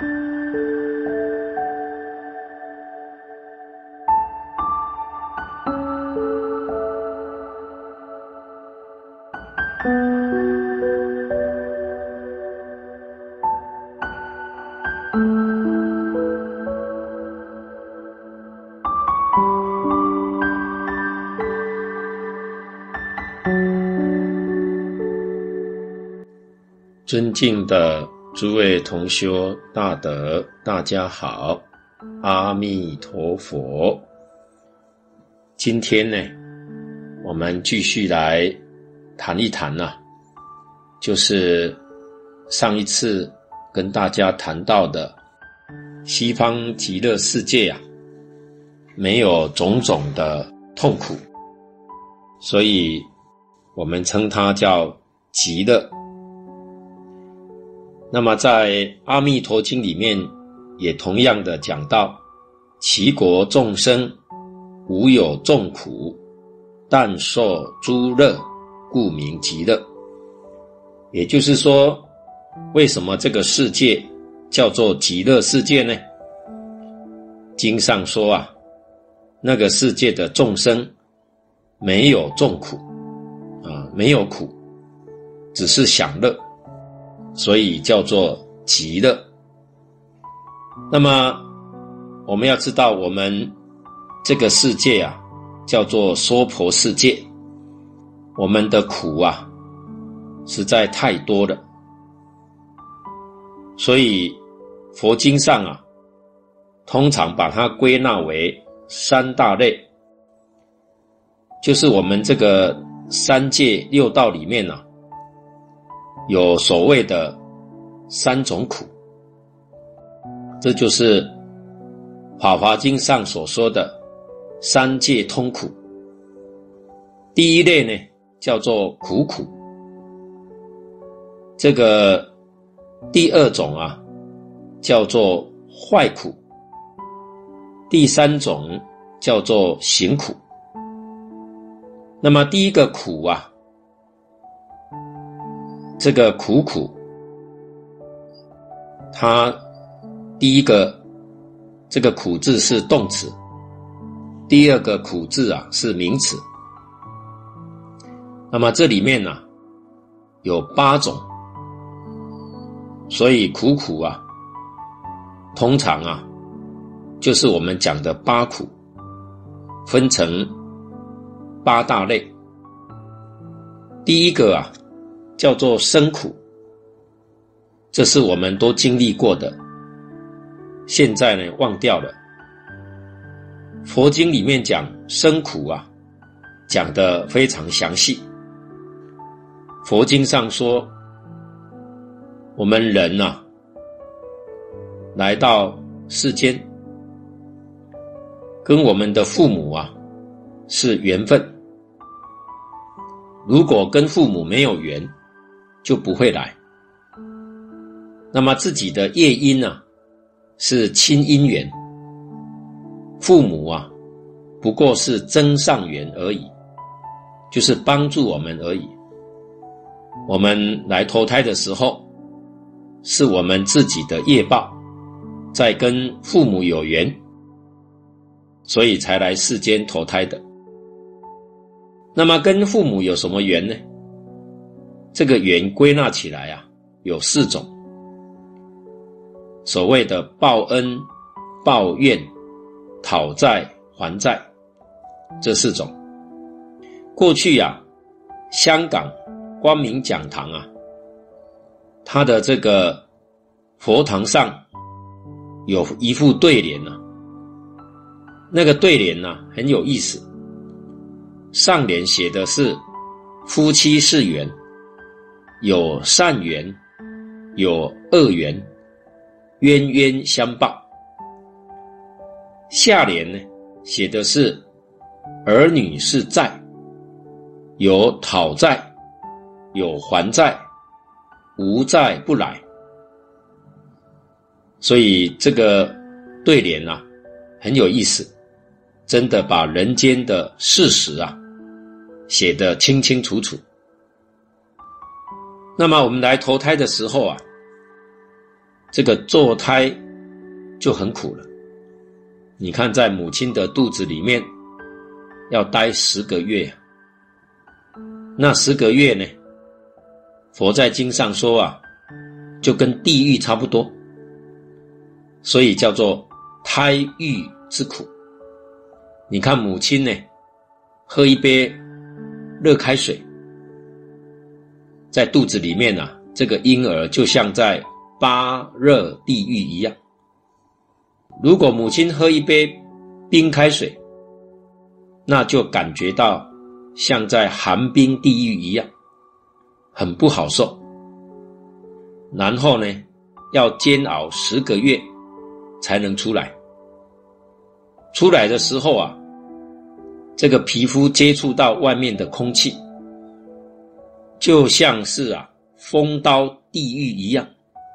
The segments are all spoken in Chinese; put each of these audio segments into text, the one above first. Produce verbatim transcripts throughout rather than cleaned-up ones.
尊敬的诸位同修大德，大家好，阿弥陀佛。今天呢，我们继续来谈一谈啊，就是上一次跟大家谈到的西方极乐世界啊，没有种种的痛苦，所以我们称它叫极乐。那么在阿弥陀经里面也同样的讲到，其国众生无有众苦，但受诸乐，故名极乐。也就是说，为什么这个世界叫做极乐世界呢？经上说啊，那个世界的众生没有众苦啊，没有苦，只是享乐，所以叫做极乐。那么我们要知道，我们这个世界啊，叫做娑婆世界，我们的苦啊实在太多了，所以佛经上啊通常把它归纳为三大类，就是我们这个三界六道里面啊，有所谓的三种苦，这就是《法华经》上所说的三界通苦。第一类呢叫做苦苦，这个第二种啊叫做坏苦，第三种叫做行苦。那么第一个苦啊，这个苦苦，它第一个这个苦字是动词，第二个苦字啊是名词。那么这里面啊有八种，所以苦苦啊通常啊就是我们讲的八苦，分成八大类。第一个啊叫做生苦，这是我们都经历过的，现在呢忘掉了。佛经里面讲生苦啊，讲得非常详细。佛经上说，我们人啊来到世间，跟我们的父母啊是缘分，如果跟父母没有缘，就不会来。那么自己的业因啊是亲因缘，父母啊不过是增上缘而已，就是帮助我们而已。我们来投胎的时候，是我们自己的业报在跟父母有缘，所以才来世间投胎的。那么跟父母有什么缘呢？这个缘归纳起来啊有四种，所谓的报恩、报怨、讨债、还债，这四种。过去啊香港光明讲堂啊，它的这个佛堂上有一副对联啊，那个对联啊很有意思。上联写的是夫妻是缘，有善缘，有恶缘，冤冤相报。下联呢写的是儿女是债，有讨债，有还债，无债不来。所以这个对联啊很有意思，真的把人间的事实啊写得清清楚楚。那么我们来投胎的时候啊， 这个坐胎就很苦了。你看在母亲的肚子里面要待十个月，那十个月呢，佛在经上说啊，就跟地狱差不多，所以叫做胎狱之苦。你看母亲呢，喝一杯热开水，在肚子里面啊，这个婴儿就像在八热地狱一样。如果母亲喝一杯冰开水，那就感觉到像在寒冰地狱一样，很不好受。然后呢，要煎熬十个月才能出来。出来的时候啊，这个皮肤接触到外面的空气，就像是啊风刀地狱一样，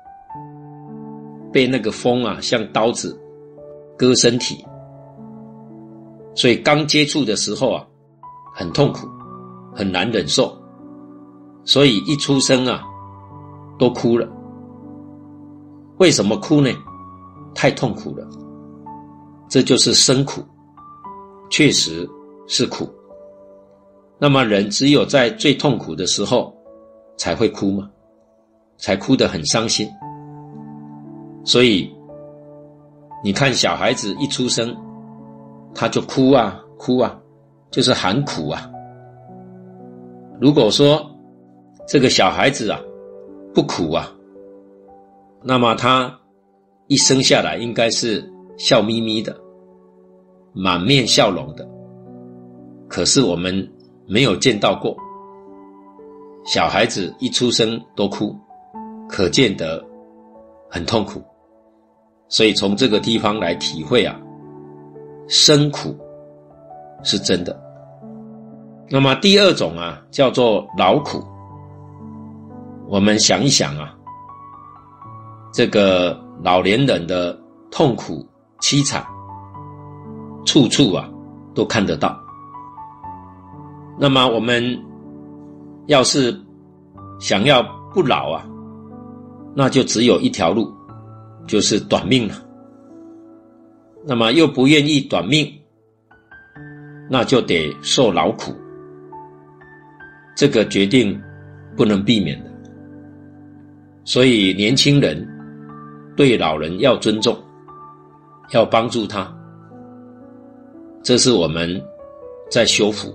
被那个风啊像刀子割身体。所以刚接触的时候啊，很痛苦，很难忍受，所以一出生啊都哭了。为什么哭呢？太痛苦了。这就是生苦，确实是苦。那么人只有在最痛苦的时候才会哭嘛，才哭得很伤心。所以你看小孩子一出生他就哭啊哭啊，就是喊苦啊。如果说这个小孩子啊不苦啊，那么他一生下来应该是笑眯眯的，满面笑容的。可是我们没有见到过小孩子一出生都哭，可见得很痛苦。所以从这个地方来体会啊，生苦是真的。那么第二种啊，叫做劳苦。我们想一想啊，这个老年人的痛苦凄惨，处处啊都看得到。那么我们要是想要不老啊，那就只有一条路，就是短命了。那么又不愿意短命，那就得受劳苦，这个决定不能避免的。所以年轻人对老人要尊重，要帮助他，这是我们在修福。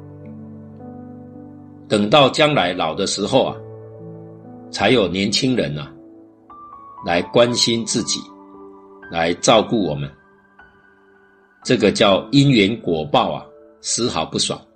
等到将来老的时候啊，才有年轻人啊来关心自己，来照顾我们。这个叫因缘果报啊，丝毫不爽。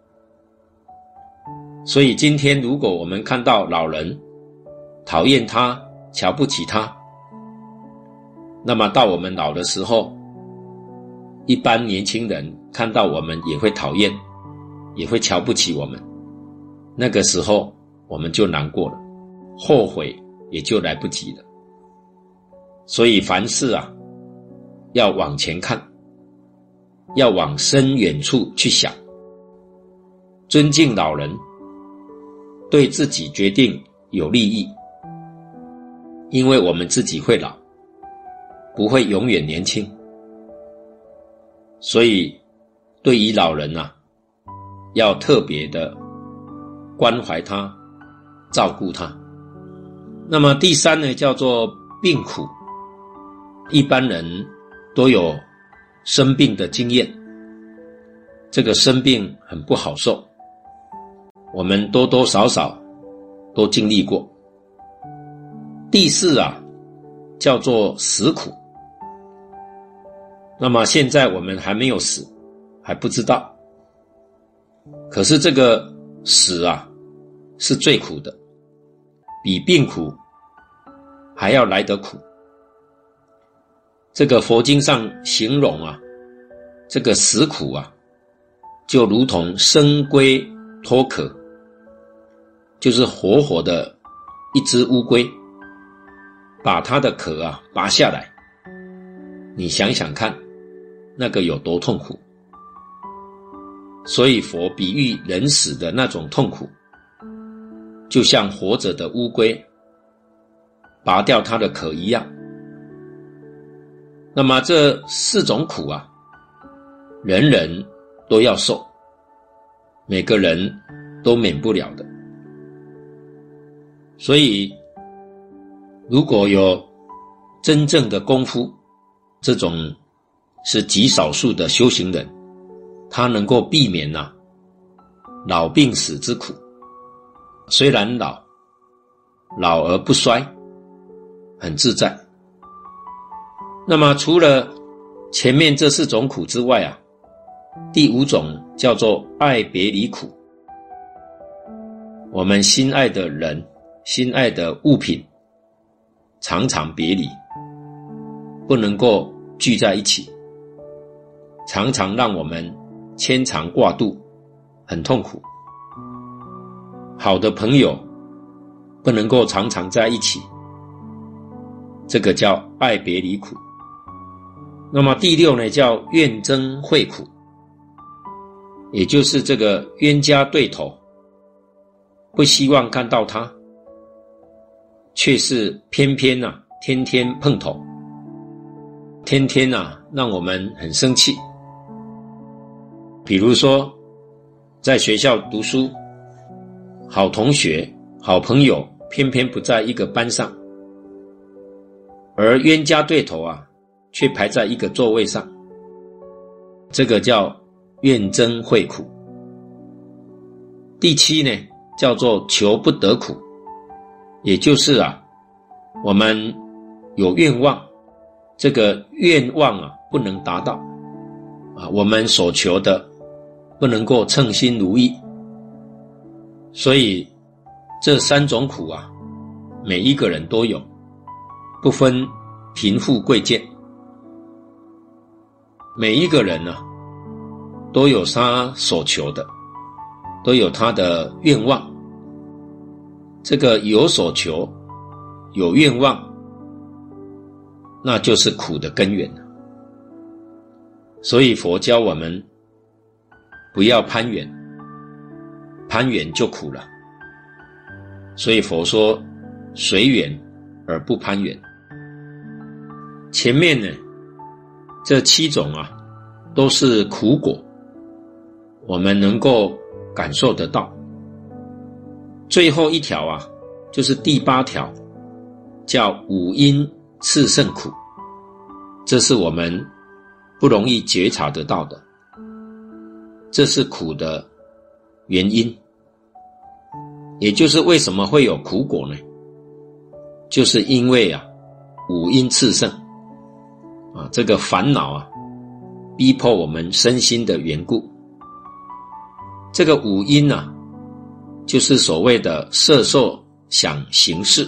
所以今天如果我们看到老人讨厌他，瞧不起他，那么到我们老的时候，一般年轻人看到我们也会讨厌，也会瞧不起我们。那个时候我们就难过了，后悔也就来不及了。所以凡事啊，要往前看，要往深远处去想，尊敬老人，对自己决定有利益。因为我们自己会老，不会永远年轻，所以对于老人啊，要特别的关怀他，照顾他。那么第三呢，叫做病苦。一般人都有生病的经验，这个生病很不好受，我们多多少少都经历过。第四啊，叫做死苦。那么现在我们还没有死，还不知道。可是这个死啊，是最苦的，比病苦还要来得苦。这个佛经上形容啊，这个死苦啊，就如同生龟脱壳，就是活活的一只乌龟，把它的壳啊拔下来，你想想看，那个有多痛苦。所以佛比喻人死的那种痛苦，就像活着的乌龟拔掉它的壳一样， 那么这四种苦啊，人人都要受，每个人都免不了的。所以如果有真正的功夫，这种是极少数的修行人，他能够避免啊老病死之苦。虽然老，老而不衰，很自在。那么除了前面这四种苦之外啊，第五种叫做爱别离苦。我们心爱的人，心爱的物品常常别离，不能够聚在一起，常常让我们牵肠挂肚，很痛苦。好的朋友不能够常常在一起，这个叫爱别离苦。那么第六呢，叫怨憎会苦，也就是这个冤家对头，不希望看到他，却是偏偏啊天天碰头，天天啊让我们很生气。比如说在学校读书，好同学好朋友偏偏不在一个班上，而冤家对头啊却排在一个座位上，这个叫怨憎会苦。第七呢，叫做求不得苦，也就是啊我们有愿望，这个愿望啊不能达到啊，我们所求的不能够称心如意。所以这三种苦啊，每一个人都有，不分贫富贵贱。每一个人呢、啊，都有他所求的，都有他的愿望。这个有所求，有愿望，那就是苦的根源。所以佛教我们不要攀缘，攀缘就苦了。所以佛说随缘而不攀缘。前面呢这七种啊都是苦果，我们能够感受得到。最后一条啊就是第八条，叫五阴炽盛苦，这是我们不容易觉察得到的，这是苦的原因。也就是为什么会有苦果呢？就是因为啊五阴炽盛啊，这个烦恼啊逼迫我们身心的缘故。这个五阴啊就是所谓的色受想行识。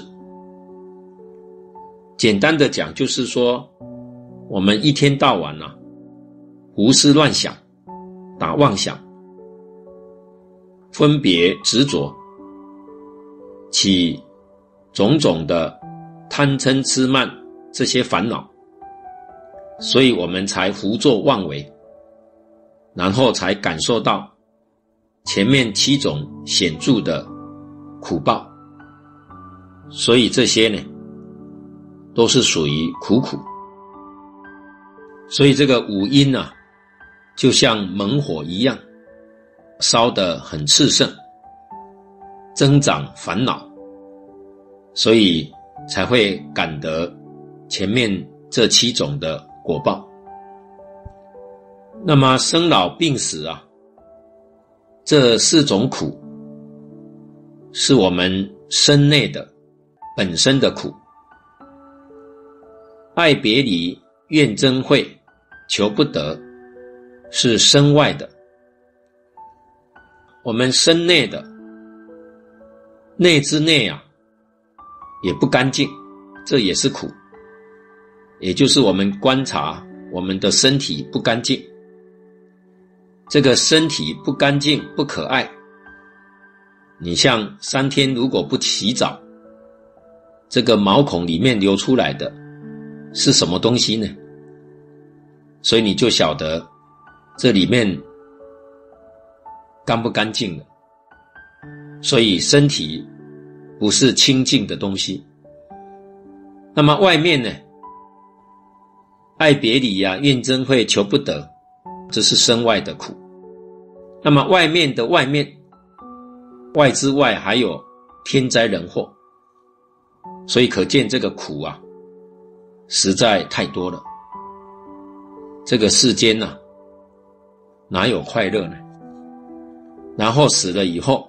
简单的讲就是说，我们一天到晚啊胡思乱想，打妄想，分别执着，起种种的贪嗔痴慢这些烦恼，所以我们才胡作妄为，然后才感受到前面七种显著的苦报。所以这些呢都是属于苦苦。所以这个五阴啊就像猛火一样，烧得很炽盛，增长烦恼，所以才会感得前面这七种的果报。那么生老病死啊，这四种苦是我们身内的本身的苦。爱别离、怨憎会、求不得是身外的。我们身内的内之内啊也不干净，这也是苦。也就是我们观察我们的身体不干净，这个身体不干净不可爱。你像三天如果不洗澡，这个毛孔里面流出来的是什么东西呢？所以你就晓得这里面干不干净了。所以身体不是清净的东西。那么外面呢， 爱别离啊，怨憎会，求不得，这是身外的苦。那么外面的外面，外之外还有天灾人祸，所以可见这个苦啊，实在太多了。这个世间啊，哪有快乐呢？然后死了以后，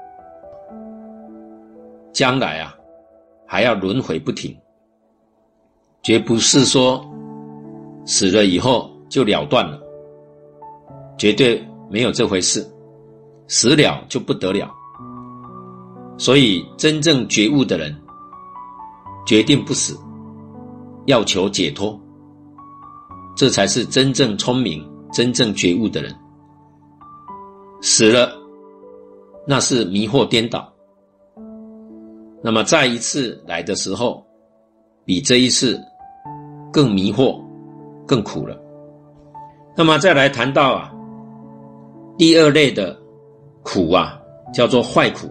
将来啊，还要轮回不停，绝不是说死了以后就了断了，绝对没有这回事，死了就不得了。所以真正觉悟的人，决定不死，要求解脱，这才是真正聪明、真正觉悟的人。死了，那是迷惑颠倒。那么再一次来的时候，比这一次更迷惑、更苦了。那么再来谈到啊，第二类的苦啊，叫做坏苦。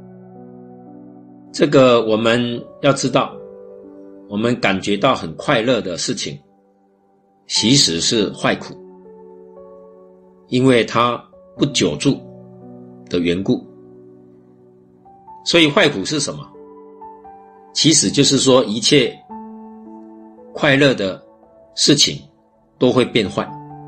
这个我们要知道，我们感觉到很快乐的事情，其实是坏苦，因为它不久住的缘故。所以坏苦是什么？其实就是说一切快乐的事情都会变坏，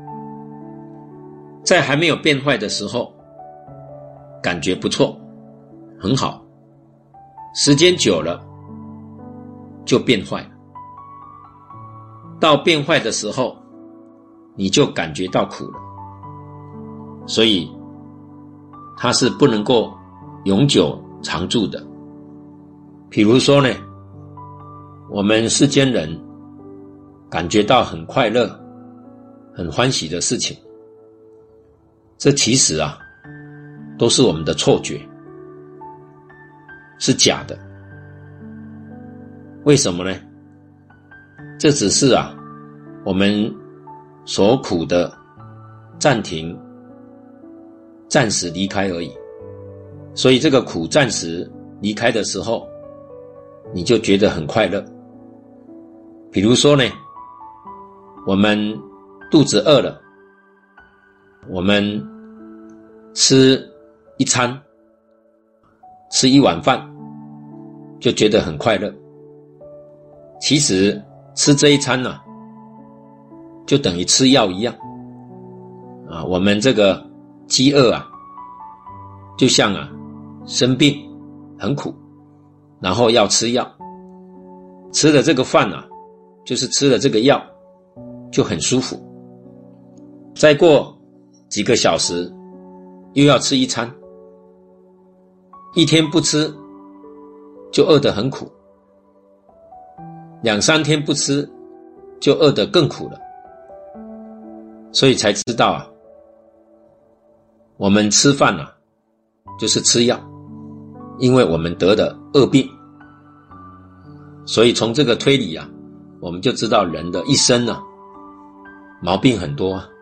在还没有变坏的时候感觉不错，很好，时间久了就变坏了，到变坏的时候你就感觉到苦了。所以它是不能够永久常住的。比如说呢，我们世间人感觉到很快乐、很欢喜的事情，这其实啊都是我们的错觉，是假的。为什么呢？这只是啊我们所苦的暂停、暂时离开而已。所以这个苦暂时离开的时候，你就觉得很快乐。比如说呢，我们肚子饿了，我们吃一餐，吃一碗饭，就觉得很快乐。其实吃这一餐啊，就等于吃药一样啊。我们这个饥饿啊，就像啊生病很苦，然后要吃药，吃了这个饭啊，就是吃了这个药，就很舒服。再过几个小时又要吃一餐，一天不吃就饿得很苦，两三天不吃就饿得更苦了。所以才知道啊，我们吃饭啊就是吃药，因为我们得的恶病。所以从这个推理啊，我们就知道人的一生啊毛病很多啊。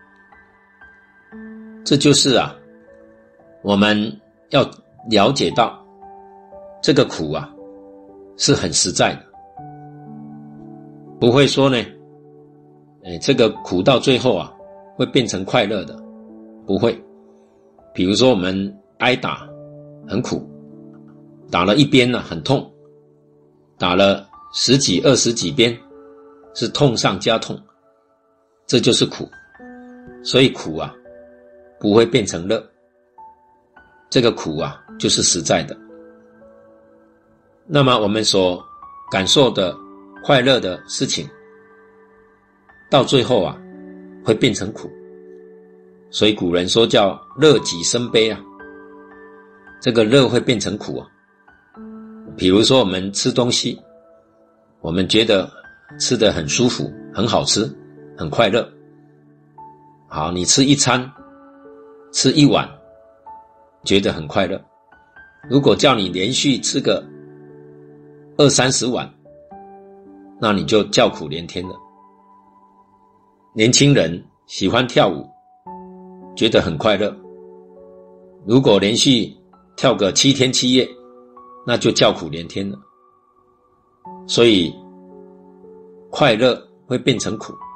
这就是啊我们要了解到这个苦啊是很实在的，不会说呢哎，这个苦到最后啊会变成快乐的，不会。比如说我们挨打很苦，打了一鞭呢、啊、很痛，打了十几二十几鞭是痛上加痛，这就是苦。所以苦啊不会变成乐，这个苦啊就是实在的。那么我们所感受的快乐的事情，到最后啊会变成苦。所以古人说叫乐极生悲啊，这个乐会变成苦啊。比如说我们吃东西，我们觉得吃得很舒服，很好吃，很快乐。好，你吃一餐，吃一碗，觉得很快乐。如果叫你连续吃个二三十碗，那你就叫苦连天了。年轻人喜欢跳舞，觉得很快乐。如果连续跳个七天七夜，那就叫苦连天了。所以快乐会变成苦，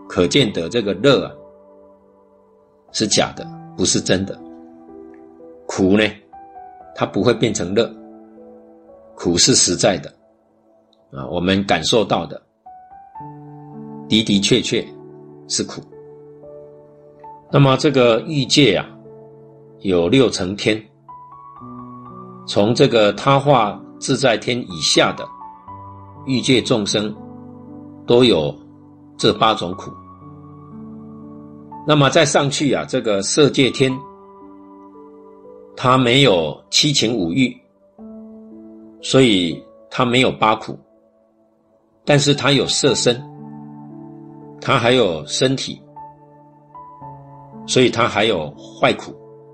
可见得这个乐啊是假的，不是真的。苦呢，它不会变成乐，苦是实在的啊，我们感受到的的的确确是苦。那么这个欲界啊有六层天，从这个他化自在天以下的欲界众生都有这八种苦。那么再上去啊，这个色界天它没有七情五欲，所以它没有八苦，但是它有色身，它还有身体，所以它还有坏苦。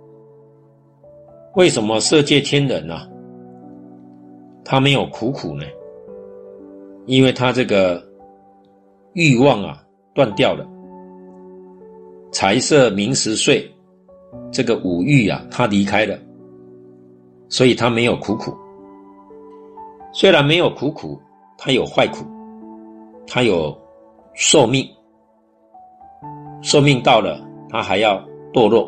为什么色界天人啊他没有苦苦呢？因为他这个欲望啊断掉了，财色名食睡这个五欲啊他离开了，所以他没有苦苦。虽然没有苦苦，他有坏苦，他有寿命，寿命到了他还要堕落，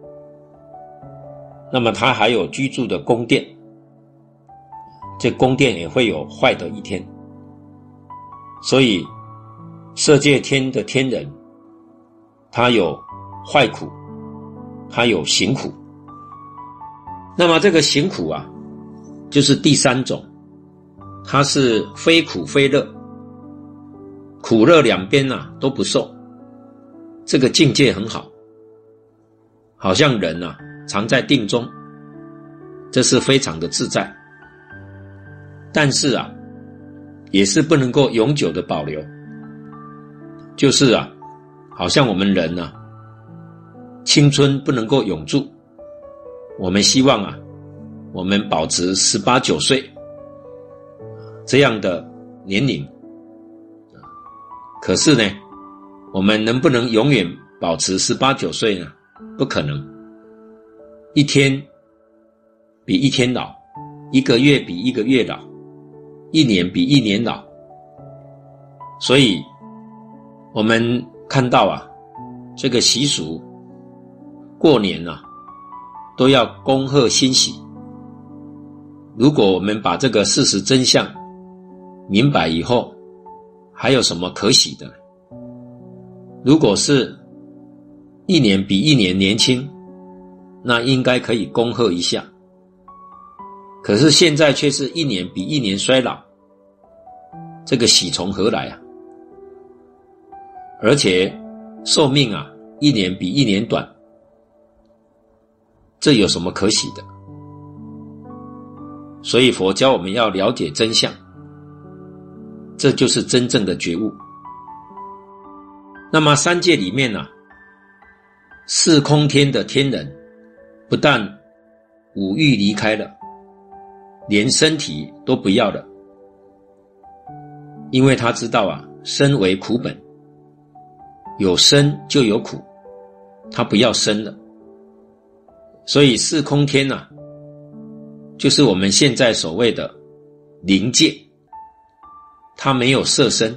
那么他还有居住的宫殿，这宫殿也会有坏的一天。所以色界天的天人他有坏苦，他有行苦。那么这个行苦啊就是第三种，它是非苦非乐，苦乐两边啊都不受，这个境界很好，好像人啊常在定中，这是非常的自在。但是啊也是不能够永久的保留，就是啊好像我们人啊青春不能够永驻，我们希望啊我们保持十八九岁这样的年龄，可是呢我们能不能永远保持十八九岁呢？不可能，一天比一天老，一个月比一个月老，一年比一年老。所以我们看到啊这个习俗过年啊都要恭贺欣喜。如果我们把这个事实真相明白以后，还有什么可喜的？如果是一年比一年年轻，那应该可以恭贺一下。可是现在却是一年比一年衰老，这个喜从何来啊？而且寿命啊一年比一年短，这有什么可喜的？所以佛教我们要了解真相，这就是真正的觉悟。那么三界里面啊，四空天的天人不但五欲离开了，连身体都不要了，因为他知道啊身为苦本，有生就有苦，他不要生了。所以四空天啊就是我们现在所谓的灵界，他没有色身，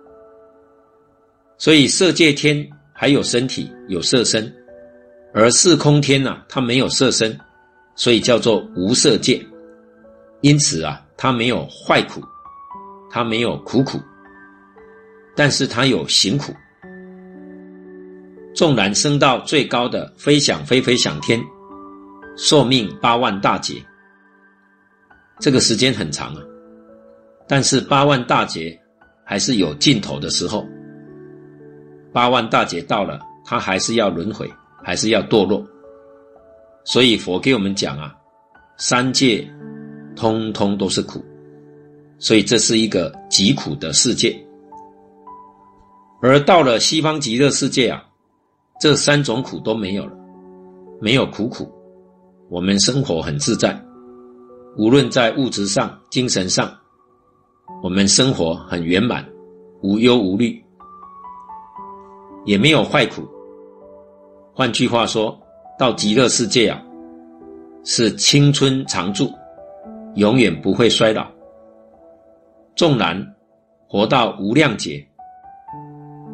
所以色界天还有身体有色身，而四空天啊它没有色身，所以叫做无色界。因此啊它没有坏苦，它没有苦苦，但是它有行苦。纵然升到最高的非想非非想天，寿命八万大劫，这个时间很长啊，但是八万大劫还是有尽头的时候。八万大劫到了，他还是要轮回，还是要堕落。所以佛给我们讲啊，三界通通都是苦，所以这是一个极苦的世界。而到了西方极乐世界啊，这三种苦都没有了，没有苦苦，我们生活很自在，无论在物质上精神上，我们生活很圆满，无忧无虑，也没有坏苦。换句话说，到极乐世界啊，是青春常驻，永远不会衰老。纵然活到无量劫，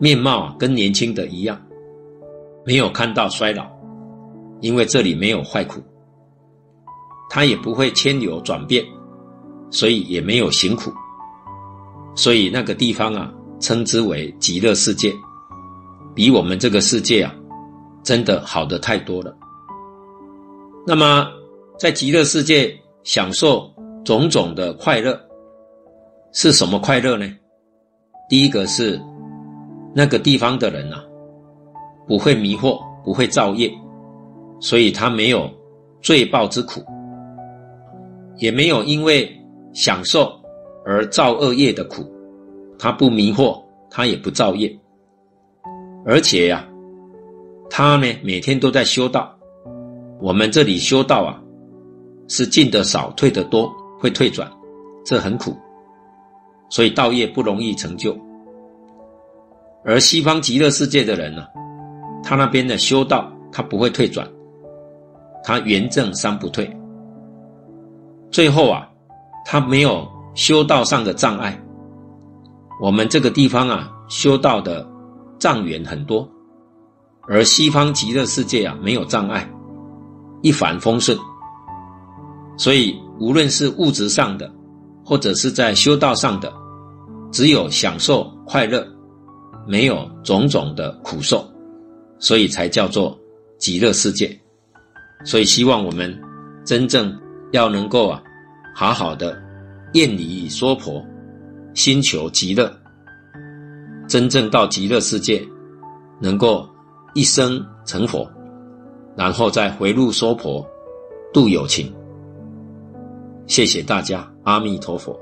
面貌啊跟年轻的一样，没有看到衰老，因为这里没有坏苦，它也不会迁流转变，所以也没有行苦，所以那个地方啊称之为极乐世界，比我们这个世界啊真的好得太多了。那么在极乐世界享受种种的快乐，是什么快乐呢？第一个是那个地方的人啊不会迷惑，不会造业，所以他没有罪报之苦，也没有因为享受而造恶业的苦，他不迷惑，他也不造业。而且呀、啊，他呢每天都在修道。我们这里修道啊是进得少退得多，会退转，这很苦，所以道业不容易成就。而西方极乐世界的人呢、啊，他那边的修道他不会退转，他圆正三不退，最后啊他没有修道上的障碍。我们这个地方啊修道的障缘很多，而西方极乐世界啊没有障碍，一帆风顺。所以无论是物质上的或者是在修道上的，只有享受快乐，没有种种的苦受，所以才叫做极乐世界。所以希望我们真正要能够啊好好的厌离娑婆，心求极乐，真正到极乐世界能够一生成佛，然后再回入娑婆度有情。谢谢大家，阿弥陀佛。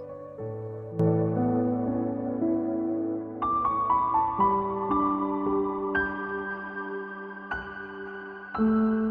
嗯。